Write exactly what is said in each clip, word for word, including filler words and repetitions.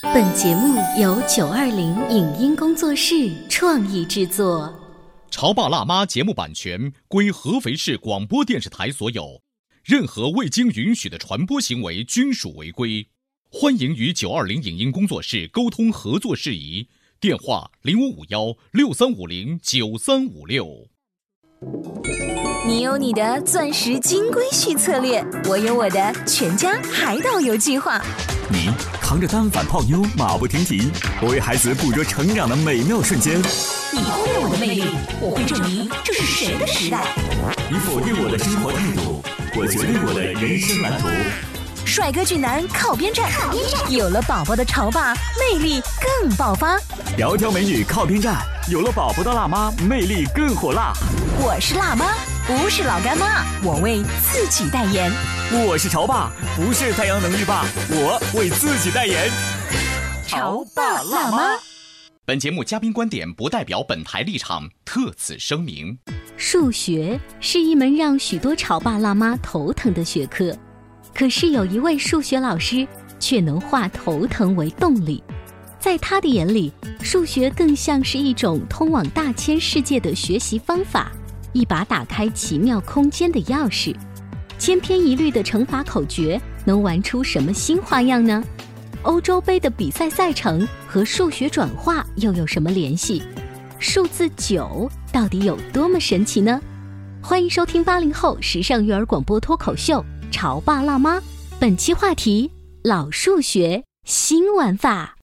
本节目由九二零影音工作室创意制作。 潮爸辣妈节目版权归合肥市广播电视台所有，任何未经允许的传播行为均属违规。欢迎与九二零影音工作室沟通合作事宜，电话零五五幺六三五零九三五六。 你有你的钻石金龟婿策略，我有我的全家海岛游计划。 你扛着单反泡妞马不停蹄，我为孩子捕捉成长的美妙瞬间。 你忽略我的魅力，我会证明这是谁的时代。 你否定我的生活态度，我决定我的人生蓝图。 帅哥俊男靠边站，靠边站有了宝宝的潮爸魅力更爆发。 窈窕美女靠边站，有了宝宝的辣妈魅力更火辣。 我是辣妈，不是老干妈，我为自己代言。 我是潮爸，不是太阳能浴霸，我为自己代言。 潮爸辣妈。 本节目嘉宾观点不代表本台立场，特此声明。 数学是一门让许多潮爸辣妈头疼的学科，可是有一位数学老师却能化头疼为动力。在他的眼里，数学更像是一种通往大千世界的学习方法，一把打开奇妙空间的钥匙。千篇一律的乘法口诀能玩出什么新花样呢？欧洲杯的比赛赛程和数学转化又有什么联系？数字九到底有多么神奇呢？欢迎收听八零后时尚育儿广播脱口秀《潮爸辣妈》，本期话题：老数学新玩法。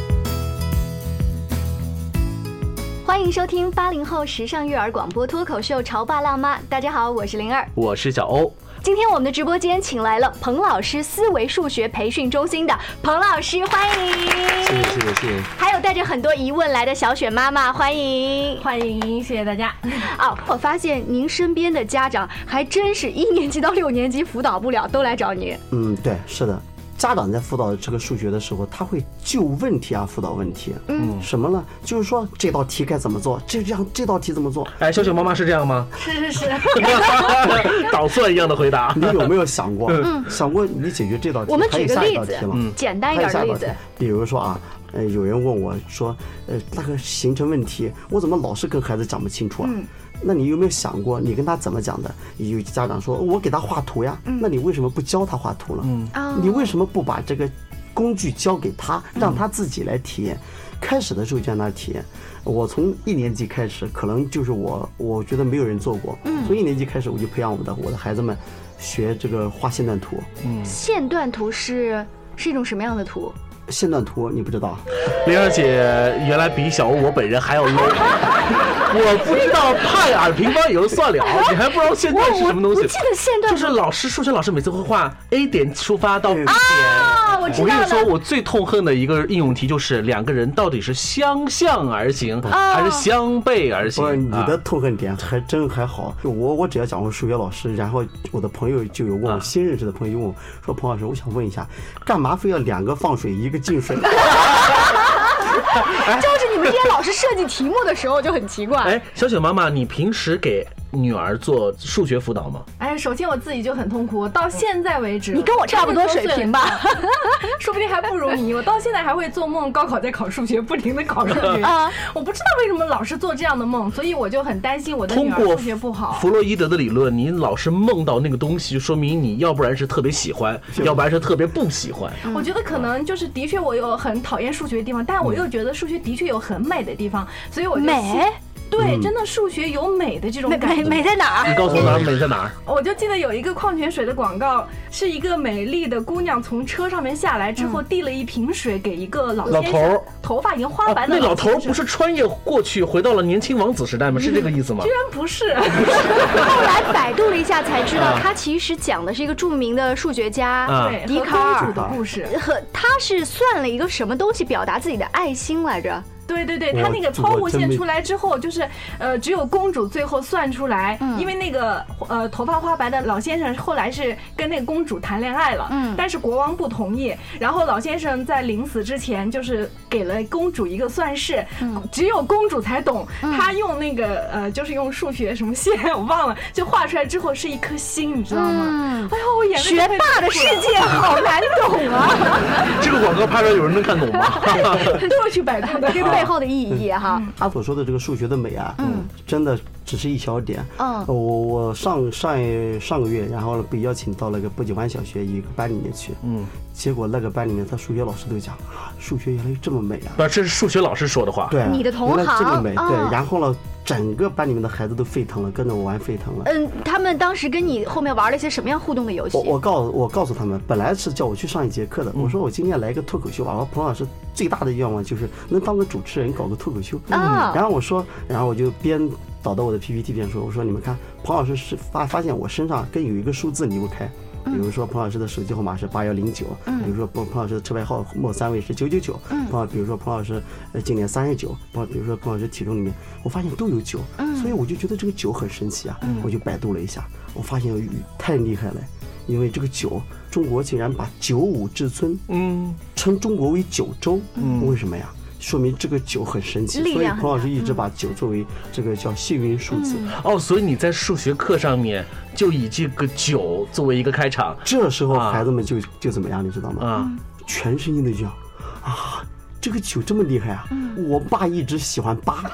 欢迎收听八零后时尚育儿广播脱口秀《潮爸辣妈》，大家好，我是灵儿， 我是小欧。 今天我们的直播间请来了彭老师思维数学培训中心的彭老师，欢迎。 谢谢谢谢谢谢。 还有带着很多疑问来的小雪妈妈，欢迎欢迎，谢谢大家。 哦，我发现您身边的家长还真是一年级到六年级辅导不了，都来找您。 嗯，对，是的。家长在辅导这个数学的时候，他会就问题啊辅导问题。嗯，什么呢？就是说这道题该怎么做，这这样这道题怎么做？ 哎，小雪妈妈是这样吗？ 是是是。 捣蒜一样的回答。 你有没有想过？嗯，想过你解决这道题？ 我们举个例子， 嗯， 简单一点的例子。 比如说啊，呃，有人问我说，呃，那个形成问题，我怎么老是跟孩子讲不清楚啊？嗯，那你有没有想过，你跟他怎么讲的？有家长说，我给他画图呀，嗯、那你为什么不教他画图了？嗯，你为什么不把这个工具交给他，让他自己来体验？嗯、开始的时候就让他体验。我从一年级开始，可能就是我，我觉得没有人做过。嗯，从一年级开始，我就培养我的我的孩子们学这个画线段图。 嗯，线段图是是一种什么样的图？ 线段图你不知道？ 灵儿姐原来比小欧我本人还要 low。我不知道派 r 平方也就算了，你还不知道线段是什么东西？ 我不记得线段就是老师数学老师每次会画 A 点出发到 B 点。 啊，我知道了。 我跟你说，我最痛恨的一个应用题就是两个人到底是相向而行、啊、还是相背而行。 不，你的痛恨点还真还好。我我只要讲过数学老师，然后我的朋友就有问我，啊、新认识的朋友就问我说：“彭老师，我想问一下，干嘛非要两个放水一个进水？” 就是你们这些老师设计题目的时候就很奇怪。 哎，小雪妈妈，你平时给女儿做数学辅导吗？ 哎，首先我自己就很痛苦，到现在为止， 你跟我差不多水平吧， 说不定还不如你。我到现在还会做梦，高考在考数学，不停的考数学啊！我不知道为什么老是做这样的梦，所以我就很担心我的女儿数学不好。 弗洛伊德的理论，你老是梦到那个东西，说明你要不然是特别喜欢，要不然是特别不喜欢。 嗯、我觉得可能就是的确我有很讨厌数学的地方，但我又觉得数学的确有很美的地方，所以我就美。 对，真的数学有美的这种感觉。 美美在哪儿？ 你告诉我哪儿美在哪儿？ 我就记得有一个矿泉水的广告，是一个美丽的姑娘从车上面下来之后，递了一瓶水给一个老先生， 老头， 头发已经花白的、 哦。那老头不是穿越过去回到了年轻王子时代吗？是这个意思吗？ 居然不是。 后来百度了一下才知道，他其实讲的是一个著名的数学家笛卡尔的故事。 和他是算了一个什么东西表达自己的爱心来着？ 对对对，他那个抛物线出来之后，就是呃，只有公主最后算出来，嗯、因为那个呃头发花白的老先生后来是跟那个公主谈恋爱了，嗯，但是国王不同意，然后老先生在临死之前就是给了公主一个算式，嗯、只有公主才懂，嗯、他用那个呃就是用数学什么线我忘了，就画出来之后是一颗心，你知道吗？嗯、哎呦，我眼泪学霸的世界好难懂啊！ 这个广告拍出来有人能看懂吗？ 就去百度的这个背后的意义哈。 他所说的这个数学的美啊，嗯，真的只是一小点。嗯，我我上上上个月，然后被邀请到了个波景湾小学一个班里面去，嗯，结果那个班里面，他数学老师都讲啊，数学原来这么美啊！ 不，这是数学老师说的话。 对， 你的同行原来这么美，对，然后呢？整个班里面的孩子都沸腾了，跟着我玩沸腾了。 嗯，他们当时跟你后面玩了一些什么样互动的游戏？ 我我告我告诉他们，本来是叫我去上一节课的，嗯、我说我今天来一个脱口秀吧。我说彭老师最大的愿望就是能当个主持人，搞个脱口秀。啊、嗯，然后我说，然后我就边导到我的 P P T 边说，我说你们看，彭老师是发发现我身上跟有一个数字离不开。比如说彭老师的手机号码是八幺零九，比如说彭彭老师的车牌号末三位是九九九，彭比如说彭老师呃今年三十九，彭比如说彭老师体重里面，我发现都有九，所以我就觉得这个九很神奇啊，我就百度了一下，我发现太厉害了，因为这个九，中国竟然把九五至尊，嗯，称中国为九州，嗯，为什么呀？说明这个九很神奇，所以彭老师一直把九作为这个叫幸运数字。 嗯、哦，所以你在数学课上面就以这个九作为一个开场， 这时候孩子们就、啊、就怎么样，你知道吗？啊，全声音的讲啊，这个九这么厉害啊！嗯、我爸一直喜欢八。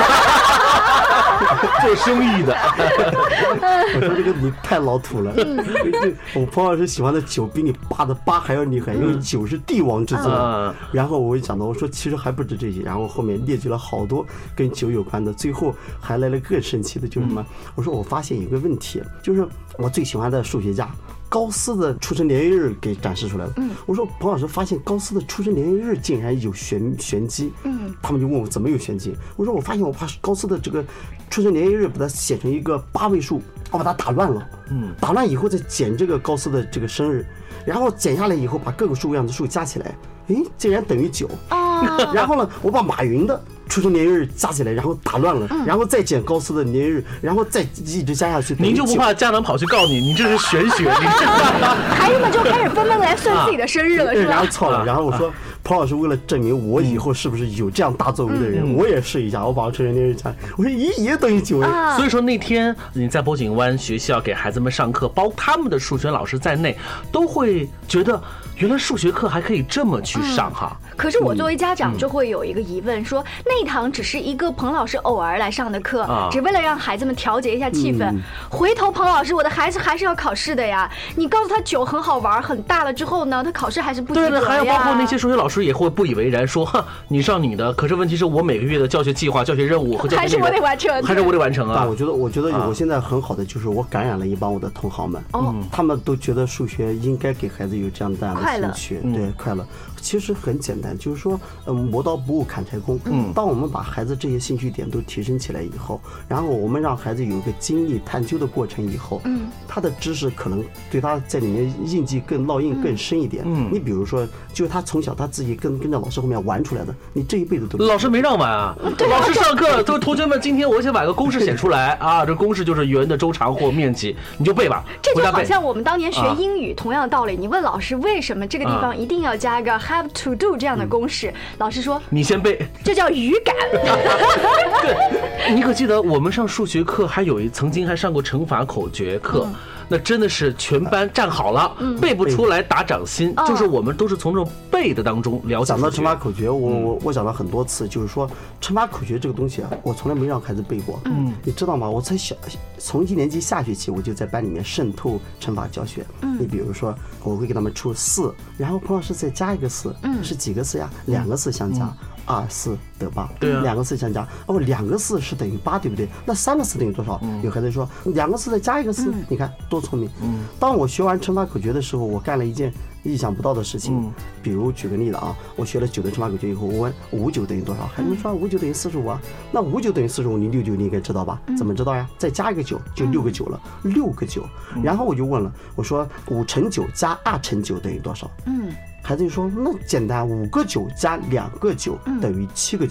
做生意的， 我说这个你太老土了。我彭老师喜欢的九比你八的八还要厉害，因为九是帝王之尊。嗯、然后我就讲到，我说其实还不止这些，然后后面列举了好多跟九有关的，最后还来了更神奇的，就是什么？嗯、我说我发现有个问题，就是我最喜欢的数学家高斯的出生年月日给展示出来了。嗯，我说彭老师发现高斯的出生年月日竟然有玄玄机。嗯，他们就问我怎么有玄机。我说我发现我把高斯的这个出生年月日把它写成一个八位数，我把它打乱了。嗯，打乱以后再减这个高斯的这个生日，然后减下来以后把各个数样的数加起来，哎，竟然等于九。哦，然后呢，我把马云的出生年月日加起来，然后打乱了，嗯、然后再减高斯的年月日，然后再一直加下去。 您就不怕家长跑去告你，你这是玄学？ 孩子们就开始纷纷来算自己的生日了，啊、是吧？ 然后错了，然后我说，彭老师为了证明我以后是不是有这样大作为的人，嗯、我也试一下，我把我出生年月日加，我说咦也等于九哎。 啊、所以说那天你在波景湾学校给孩子们上课，包括他们的数学老师在内，都会觉得原来数学课还可以这么去上哈。 嗯、可是我作为家长就会有一个疑问，说那堂只是一个彭老师偶尔来上的课，啊、只为了让孩子们调节一下气氛。嗯、回头彭老师，我的孩子还是要考试的呀。你告诉他九很好玩，很大了之后呢，他考试还是不及格呀。 对了，还有包括那些数学老师也会不以为然，说哈你上你的，可是问题是我每个月的教学计划、教学任务和教学还是我得完成， 还是我得完成啊。 但我觉得，我觉得我现在很好的就是我感染了一帮我的同行们，哦，他们都觉得数学应该给孩子有这样这样的兴趣，对，快乐。其实很简单，就是说，嗯，磨刀不误砍柴工。嗯，当我们把孩子这些兴趣点都提升起来以后，然后我们让孩子有一个经历探究的过程以后，嗯，他的知识可能对他在里面印记更烙印更深一点。嗯，你比如说，就是他从小他自己跟跟着老师后面玩出来的，你这一辈子都老师没让玩啊。老师上课都同学们，今天我想把个公式写出来啊，这公式就是圆的周长或面积，你就背吧。 这就好像我们当年学英语同样的道理，你问老师为什么这个地方一定要加一个 have to do 这样的公式，老师说你先背， 这叫语感。 对，你可记得我们上数学课还有一曾经还上过乘法口诀课。嗯，那真的是全班站好了，嗯、背不出来打掌心，嗯、就是我们都是从这种背的当中了解。 讲到乘法口诀，我我我讲了很多次，就是说乘法口诀这个东西啊，我从来没让孩子背过。嗯，你知道吗？我才小从一年级下学期我就在班里面渗透乘法教学。嗯，你比如说我会给他们出四，然后彭老师再加一个四，嗯，是几个四呀？两个四相加。嗯，二四得八，对啊，两个四相加，哦，两个四是等于八，对不对？那三个四等于多少？嗯、有孩子说两个四再加一个四，嗯、你看多聪明。嗯，当我学完乘法口诀的时候，我干了一件意想不到的事情。嗯，比如举个例子啊，我学了九的乘法口诀以后，我问五九等于多少？孩子们说五九等于四十五啊。那五九等于四十五，你六九你应该知道吧？怎么知道呀？再加一个九，就六个九了，六个九。然后我就问了，我说五乘九加二乘九等于多少？嗯。孩子就说那简单，五个九加两个九等于七个九。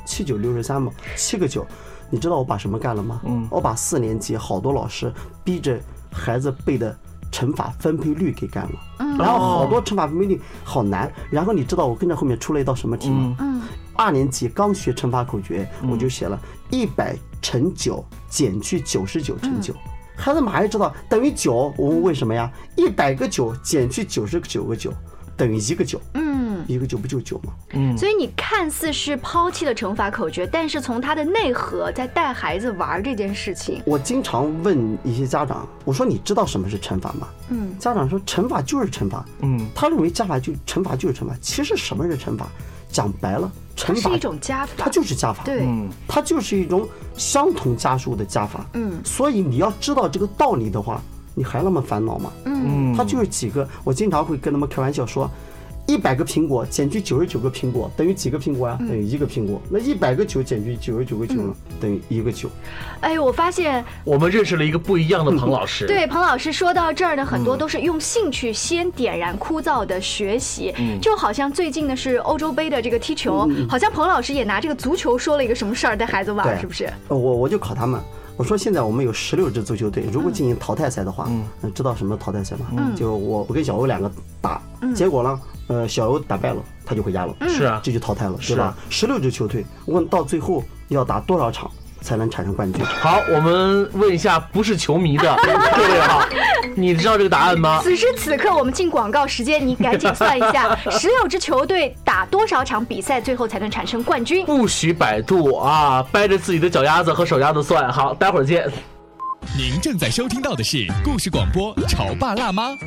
七九六十三嘛，七个九。你知道我把什么干了吗？嗯，我把四年级好多老师逼着孩子背的乘法分配率给干了。嗯，然后好多乘法分配率好难。然后你知道我跟着后面出了一道什么题吗？嗯，二年级刚学乘法口诀，我就写了一百乘九减去九十九乘九。孩子马上知道等于九，我问为什么呀？一百个九减去九十九个九等于一个九。嗯，一个九不就九吗？ 嗯，所以你看似是抛弃了乘法口诀，但是从它的内核在带孩子玩这件事情。 我经常问一些家长，我说你知道什么是乘法吗？嗯，家长说乘法就是乘法。嗯，他认为加法就乘法就是乘法。其实什么是乘法？讲白了，乘法是一种加法， 它就是加法。 对， 它就是一种相同加数的加法。嗯，所以你要知道这个道理的话，你还那么烦恼吗？嗯，它就是几个。我经常会跟他们开玩笑说，一百个苹果减去九十九个苹果等于几个苹果呀？等于一个苹果。那一百个九减去九十九个九呢？等于一个九。 哎，我发现我们认识了一个不一样的彭老师。 对，彭老师说到这儿呢，很多都是用兴趣先点燃枯燥的学习，就好像最近的是欧洲杯的这个踢球，好像彭老师也拿这个足球说了一个什么事儿带孩子玩，是不是？ 我我就考他们。我说现在我们有十六支足球队，如果进行淘汰赛的话，嗯，知道什么淘汰赛吗？嗯，就我我跟小欧两个打，结果呢，呃，小欧打败了，他就回家了， 是啊， 这就淘汰了，对吧？十六支球队，问到最后要打多少场才能产生冠军？ 好，我们问一下不是球迷的各位哈，你知道这个答案吗？ 此时此刻我们进广告时间，你赶紧算一下，十六支球队打多少场比赛，最后才能产生冠军？ 不许百度啊，掰着自己的脚丫子和手丫子算。好，待会儿见。 您正在收听到的是故事广播《潮爸辣妈》。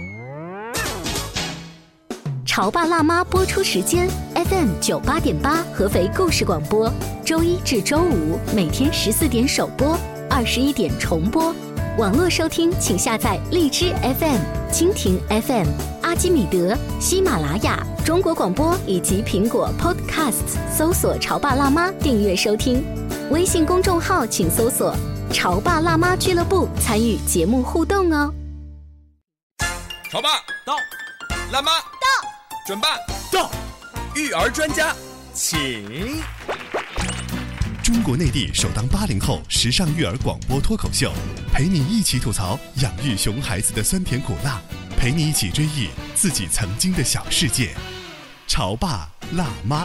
潮爸辣妈播出时间 F M 九八点八合肥故事广播，周一至周五每天十四点首播，二十一点重播。网络收听请下载荔枝 F M、蜻蜓 F M、阿基米德、喜马拉雅、中国广播以及苹果 Podcasts 搜索潮爸辣妈订阅收听。微信公众号请搜索潮爸辣妈俱乐部，参与节目互动哦。 潮爸到，辣妈到， 准爸到，育儿专家请。 中国内地首档八零后时尚育儿广播脱口秀，陪你一起吐槽养育熊孩子的酸甜苦辣，陪你一起追忆自己曾经的小世界。潮爸辣妈。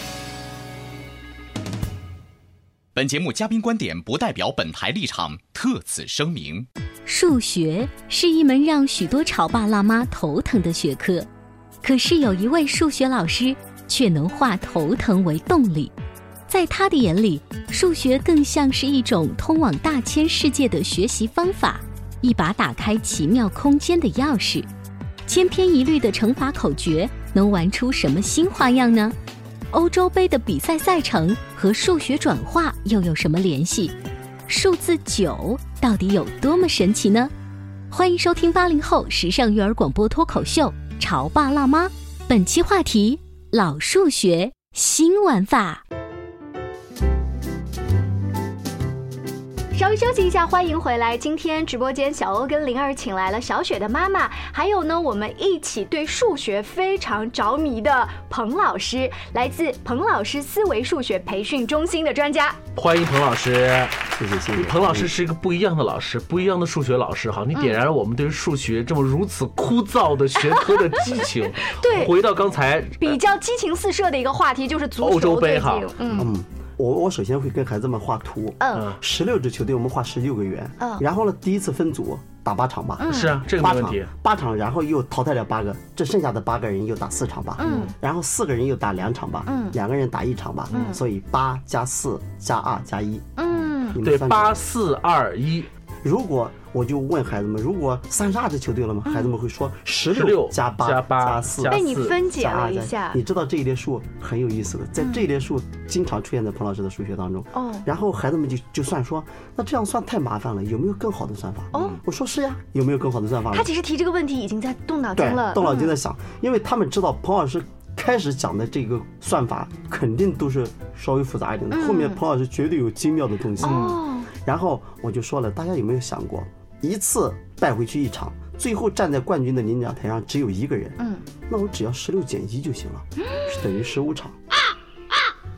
本节目嘉宾观点不代表本台立场，特此声明。 数学是一门让许多潮爸辣妈头疼的学科，可是有一位数学老师却能化头疼为动力。在他的眼里，数学更像是一种通往大千世界的学习方法，一把打开奇妙空间的钥匙。千篇一律的乘法口诀能玩出什么新花样呢？欧洲杯的比赛赛程和数学转化又有什么联系？数字九到底有多么神奇呢？欢迎收听八零后时尚育儿广播脱口秀《潮爸辣妈》，本期话题：老数学新玩法。 稍微休息一下，欢迎回来。今天直播间小欧跟灵儿请来了小雪的妈妈，还有呢我们一起对数学非常着迷的彭老师，来自彭老师思维数学培训中心的专家。 欢迎彭老师。 谢谢谢谢。 彭老师是一个不一样的老师，不一样的数学老师哈，你点燃了我们对数学这么如此枯燥的学科的激情。 对， 回到刚才比较激情四射的一个话题，就是足球。 欧洲杯哈。 嗯嗯。 我我首先会跟孩子们画图，嗯，十六支球队我们画十六个圆，嗯，然后呢，第一次分组打八场吧， 嗯，是啊，这个没问题， 八场，然后又淘汰了八个，这剩下的八个人又打四场吧，嗯，然后四个人又打两场吧，嗯，两个人打一场吧，嗯，所以八加四加二加一， 嗯，对，八四二一。 如果我就问孩子们，如果三十二支球队了吗？孩子们会说十六加八加四， 被你分解了一下。 你知道这一列数很有意思的，在这一列数经常出现在彭老师的数学当中。哦，然后孩子们就就算说，那这样算太麻烦了，有没有更好的算法？哦，我说是呀，有没有更好的算法？ 他其实提这个问题已经在动脑筋了， 动脑筋在想，因为他们知道彭老师开始讲的这个算法肯定都是稍微复杂一点的，后面彭老师绝对有精妙的东西。哦。然后我就说了，大家有没有想过，一次带回去一场，最后站在冠军的领奖台上只有一个人，嗯，那我只要十六减一就行了，是等于十五场。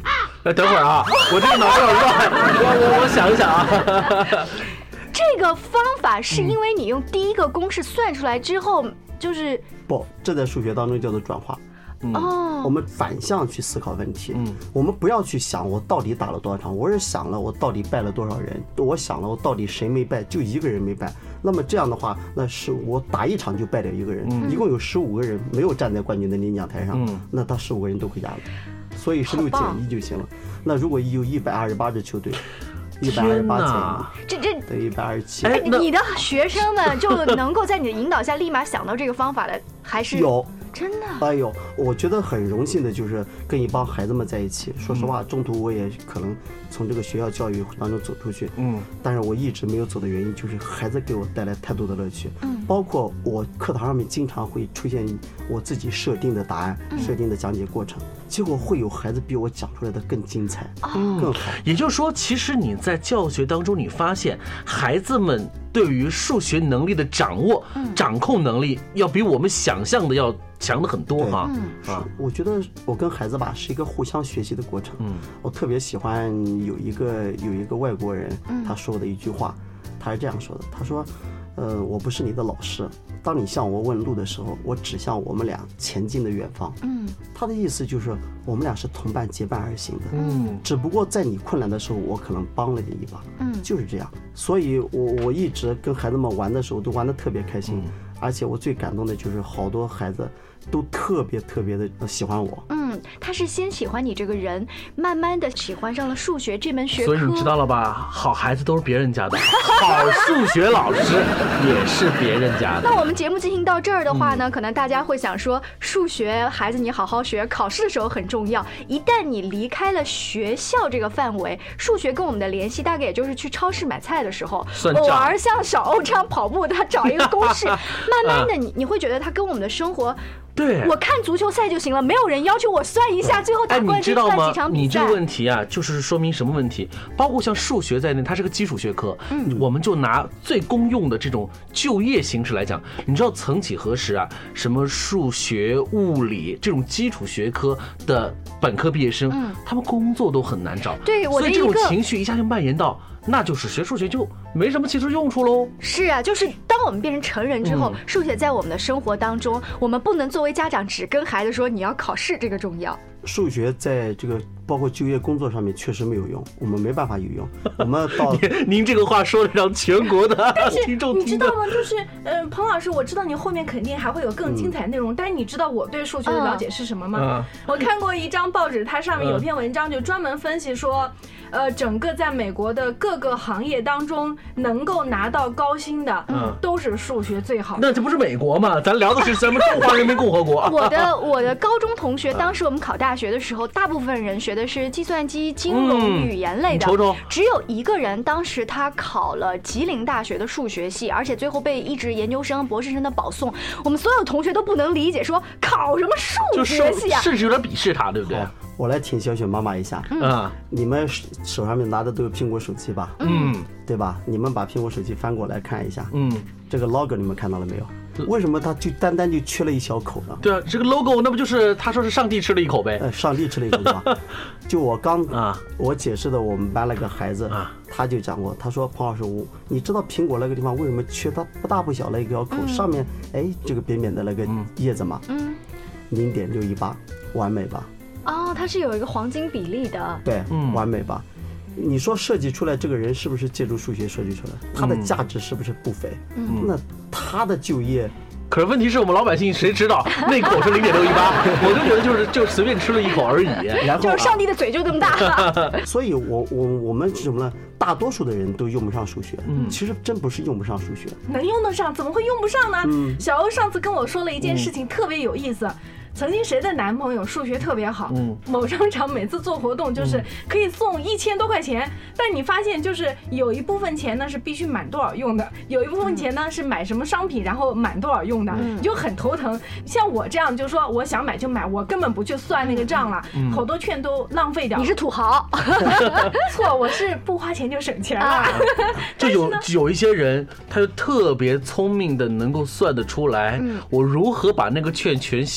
哎，等会儿啊，我这个脑子有点乱，我我我想一想啊。 这个方法是因为你用第一个公式算出来之后，就是不，这在数学当中叫做转化。 哦， 我们反向去思考问题。嗯，我们不要去想我到底打了多少场，我是想了我到底败了多少人，我想了我到底谁没败，就一个人没败。那么这样的话，那是我打一场就败掉一个人，嗯、一共有十五个人没有站在冠军的领奖台上，嗯、那他十五个人都回家了，所以十六减一就行了。那如果有一百二十八支球队。一百二十八减这这等于一百二十七。 哎，你的学生们就能够在你的引导下立马想到这个方法的，还是有？ 真的？ 哎呦，我觉得很荣幸的就是跟一帮孩子们在一起。说实话，中途我也可能从这个学校教育当中走出去，嗯，但是我一直没有走的原因就是孩子给我带来太多的乐趣，嗯，包括我课堂上面经常会出现我自己设定的答案、嗯、设定的讲解过程，结果会有孩子比我讲出来的更精彩，嗯，更好。 也就是说，其实你在教学当中，你发现孩子们对于数学能力的掌握、嗯、掌控能力，要比我们想象的要强的很多哈。 嗯，啊，我觉得我跟孩子吧是一个互相学习的过程。嗯，我特别喜欢有一个有一个外国人，他说的一句话，他是这样说的，他说，呃，我不是你的老师，当你向我问路的时候，我指向我们俩前进的远方。嗯，他的意思就是我们俩是同伴结伴而行的。嗯，只不过在你困难的时候，我可能帮了你一把。嗯，就是这样。所以我我一直跟孩子们玩的时候都玩得特别开心。嗯，而且我最感动的就是好多孩子都特别特别的喜欢我。嗯， 他是先喜欢你这个人，慢慢的喜欢上了数学这门学科。 所以你知道了吧？好孩子都是别人家的，好数学老师也是别人家的。 那我们节目进行到这儿的话呢，嗯、可能大家会想说，数学孩子你好好学，考试的时候很重要。一旦你离开了学校这个范围，数学跟我们的联系大概也就是去超市买菜的时候，偶尔像小欧这样跑步，他找一个公式。慢慢的你，你会觉得它跟我们的生活， 对， 我看足球赛就行了，没有人要求我算一下最后打冠军算几场比赛。 你这个问题啊，就是说明什么问题？包括像数学在内，它是个基础学科。嗯，我们就拿最公用的这种就业形式来讲，你知道曾几何时啊，什么数学、物理这种基础学科的本科毕业生，嗯、他们工作都很难找。 对，我的一个所以这种情绪一下就蔓延到。那就是学数学就没什么其实用处喽。 是啊，就是当我们变成成人之后，嗯、数学在我们的生活当中，我们不能作为家长只跟孩子说你要考试，这个重要。 数学在这个包括就业工作上面确实没有用，我们没办法有用。我们到您这个话说的让全国的听众听。你知道吗？就是呃，彭老师，我知道你后面肯定还会有更精彩内容，嗯、但是你知道我对数学的了解是什么吗？嗯、我看过一张报纸，它上面有篇文章就专门分析说。呃，整个在美国的各个行业当中，能够拿到高薪的，嗯，都是数学最好的。 那这不是美国吗？咱聊的是咱们中华人民共和国。 我的我的高中同学，当时我们考大学的时候，大部分人学的是计算机、金融、语言类的， 嗯、瞅瞅只有一个人，当时他考了吉林大学的数学系，而且最后被一直研究生、博士生的保送。我们所有同学都不能理解，说考什么数学系啊， 甚至有点鄙视他，对不对？ 我来挺小雪妈妈一下，嗯，你们手上面拿的都有苹果手机吧？嗯，对吧？你们把苹果手机翻过来看一下，嗯，这个 logo 你们看到了没有？为什么它就单单就缺了一小口呢？ 对啊，这个 logo 那不就是他说是上帝吃了一口呗？ 呃，上帝吃了一口吧？就我刚啊，我解释的，我们班那个孩子啊，他就讲过，他说彭老师，我你知道苹果那个地方为什么缺它不大不小的一个小口，嗯、上面哎这个扁扁的那个叶子嘛？嗯，零点六一八，完美吧？ 哦，它是有一个黄金比例的， 对，嗯，完美吧？你说设计出来这个人是不是借助数学设计出来？他的价值是不是不菲？嗯，那他的就业， 可是问题是我们老百姓谁知道那口是零点六一八？我就觉得就是就随便吃了一口而已， 然后、啊、就是上帝的嘴就这么大。 所以我我我们是什么呢？大多数的人都用不上数学，嗯，其实真不是用不上数学， 能用得上，怎么会用不上呢？嗯，小欧上次跟我说了一件事情，特别有意思。曾经谁的男朋友数学特别好，嗯，某商场每次做活动就是可以送一千多块钱，嗯、但你发现就是有一部分钱呢是必须满多少用的，有一部分钱呢是买什么商品然后满多少用的，嗯、你就很头疼。像我这样就说我想买就买，我根本不去算那个账了，嗯、好多券都浪费掉。 你是土豪？ 错，我是不花钱就省钱了。啊、 就有有一些人他就特别聪明的能够算得出来，嗯、我如何把那个券全消耗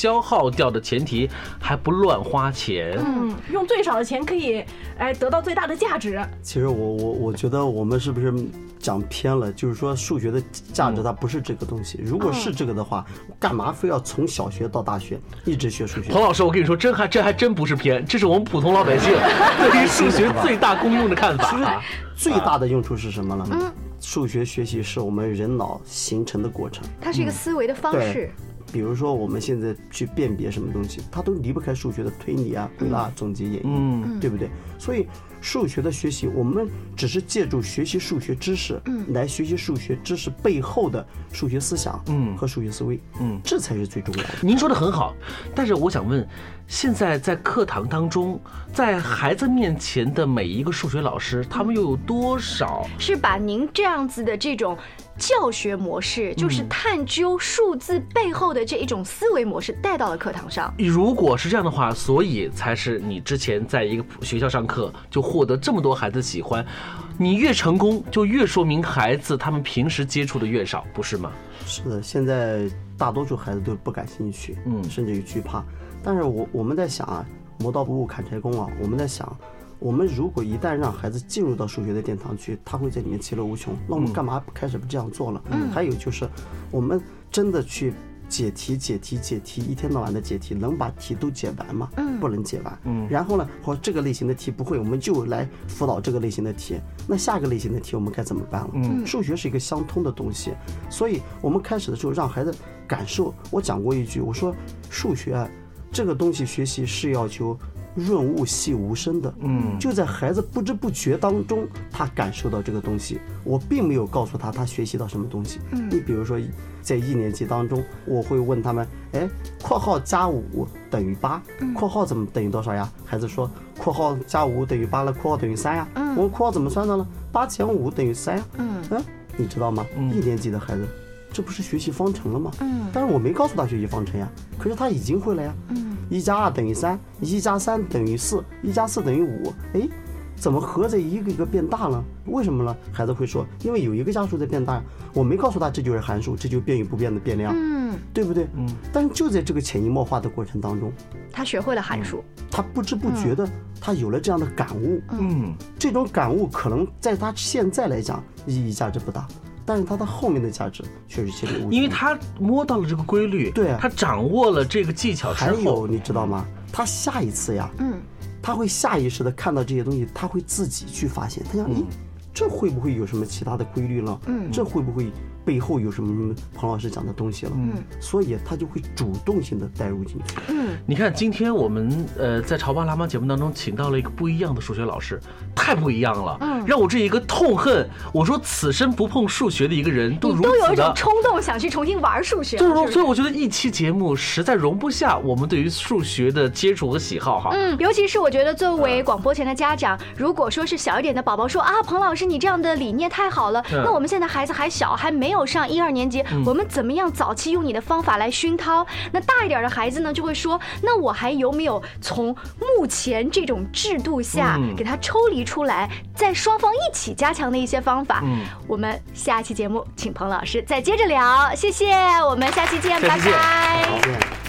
倒掉的前提还不乱花钱。 嗯，用最少的钱可以哎得到最大的价值。 其实我我我觉得我们是不是讲偏了？就是说数学的价值它不是这个东西。如果是这个的话，干嘛非要从小学到大学一直学数学？ 彭老师，我跟你说，真还这还真不是偏，这是我们普通老百姓对于数学最大功用的看法。 其实最大的用处是什么呢？嗯，数学学习是我们人脑形成的过程， 它是一个思维的方式。 比如说我们现在去辨别什么东西，它都离不开数学的推理啊、归纳、总结、演绎，嗯，对不对？所以数学的学习，我们只是借助学习数学知识，嗯，来学习数学知识背后的数学思想，嗯，和数学思维，嗯，这才是最重要的。 您说的很好，但是我想问，现在在课堂当中，在孩子面前的每一个数学老师，他们又有多少是把您这样子的这种教学模式，就是探究数字背后的这一种思维模式带到了课堂上？ 如果是这样的话，所以才是你之前在一个学校上课就获得这么多孩子喜欢，你越成功就越说明孩子他们平时接触的越少，不是吗？ 是的，现在大多数孩子都不感兴趣，嗯，甚至于惧怕。但是我我们在想啊，磨刀不误砍柴工啊，我们在想，我们如果一旦让孩子进入到数学的殿堂去，他会在里面其乐无穷。那我们干嘛不开始不这样做了？嗯，还有就是，我们真的去解题、解题、解题，一天到晚的解题，能把题都解完吗？嗯，不能解完。嗯，然后呢，或这个类型的题不会，我们就来辅导这个类型的题。那下个类型的题我们该怎么办了？嗯，数学是一个相通的东西，所以我们开始的时候让孩子感受。我讲过一句，我说数学啊，这个东西学习是要求润物细无声的，嗯，就在孩子不知不觉当中，他感受到这个东西。我并没有告诉他他学习到什么东西。嗯，你比如说，在一年级当中，我会问他们，哎，括号加五等于八，括号怎么等于多少呀？孩子说，括号加五等于八了，括号等于三呀。嗯，我说括号怎么算的呢？八减五等于三呀。嗯，嗯，你知道吗？嗯，一年级的孩子，这不是学习方程了吗？嗯，但是我没告诉他学习方程呀，可是他已经会了呀。嗯，一加二等于三，一加三等于四，一加四等于五。哎，怎么合着一个一个变大了？为什么呢？孩子会说，因为有一个加数在变大，我没告诉他这就是函数，这就是变与不变的变量，嗯，对不对？嗯。但是就在这个潜移默化的过程当中， 他学会了函数， 他不知不觉的，他有了这样的感悟，嗯，这种感悟可能在他现在来讲意义价值不大。但是它的后面的价值确实其实无穷， 因为他摸到了这个规律， 对、啊， 他掌握了这个技巧之后， 还有你知道吗？他下一次呀，嗯，他会下意识的看到这些东西，他会自己去发现，他想，咦、嗯，这会不会有什么其他的规律了？嗯，这会不会背后有什么彭老师讲的东西了？嗯，所以他就会主动性的带入进去。 嗯，你看今天我们呃在潮爸辣妈节目当中请到了一个不一样的数学老师，太不一样了，嗯，让我这一个痛恨我说此生不碰数学的一个人都如此的， 你都有一种冲动想去重新玩数学， 就是说，所以我觉得一期节目实在容不下我们对于数学的接触和喜好哈。 嗯，尤其是我觉得作为广播前的家长，如果说是小一点的宝宝说啊，彭老师你这样的理念太好了，嗯、那我们现在孩子还小，还没有上一二年级，嗯、我们怎么样早期用你的方法来熏陶？那大一点的孩子呢，就会说，那我还有没有从目前这种制度下给他抽离出来，在双方一起加强的一些方法？嗯，我们下期节目请彭老师再接着聊，谢谢，我们下期见，拜拜。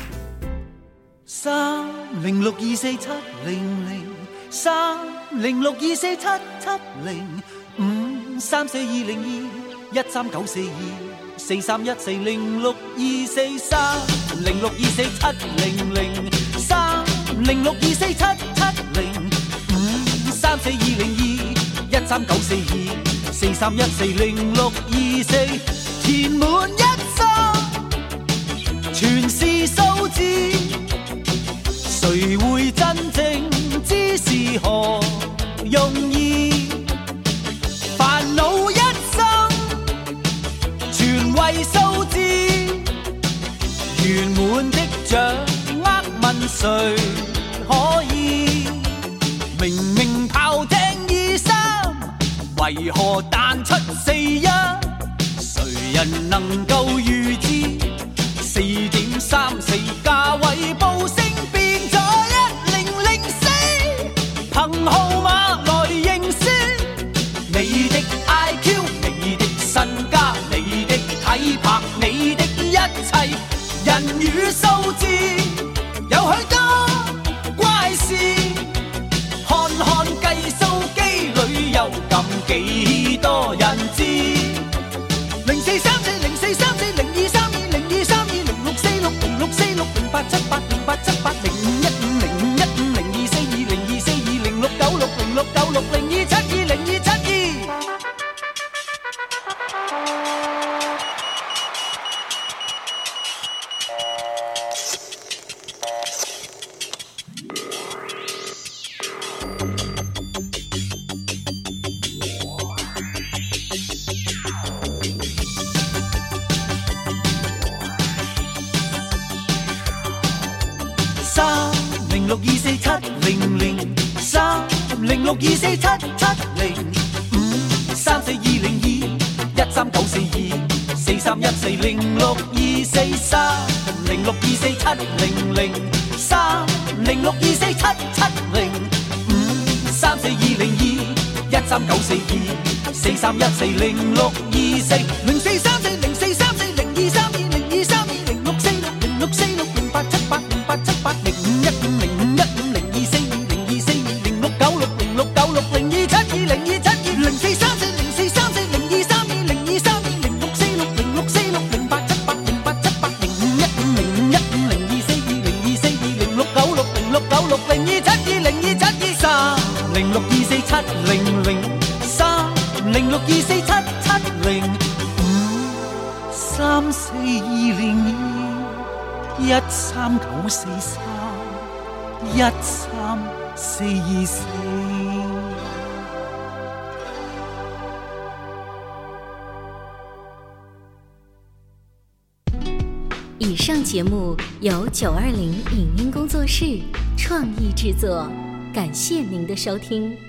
三零六二四七零零，三零六二四七七零，五三四二零二一三九四二四三一四零六二四三零六二四七零零，三零六二四七七零，五三四二零二一三九四二四三一四零六二四，填滿一生全是數字，誰會真正知是何用意？煩惱一生全為數字，圓滿的掌握問誰可以？明明炮艇二三，為何彈出四一？誰人能夠預知？四點三四價位報升變咗一零零四，憑號碼來認輸。你的 I Q， 你的身家，你的體魄，你的一切，人與數字幾多人知？零四三四零四三四零二三二零二三二零六四六零六四六零八七八零八七八零五一五零五一五零二四二零二四二零六九六零六九六零二七二零二七二。三零六二四七零零三零六二四七七零五三四二零二一三九四二四三一四零六二四三零六二四七零零三零六二四七七零五三四二零二一三九四二四三一四零六二四零四三四零四三四零二三二零二三二零六四六零六四六零八七八零八七八零五一五零五一五零二四二零二四二零六九六零六九六零二七二零二七二零四三四零四三四零二三二零二三二零六四六零六四六零八七八零八七八零五一五零五一五零二四二零二四二零六九六零六九六零二七二零二七二三零六二四七零零三零六二四七七零五三四二零二一三九四三一三四二四。 以上节目由九二零影音工作室创意制作，感谢您的收听。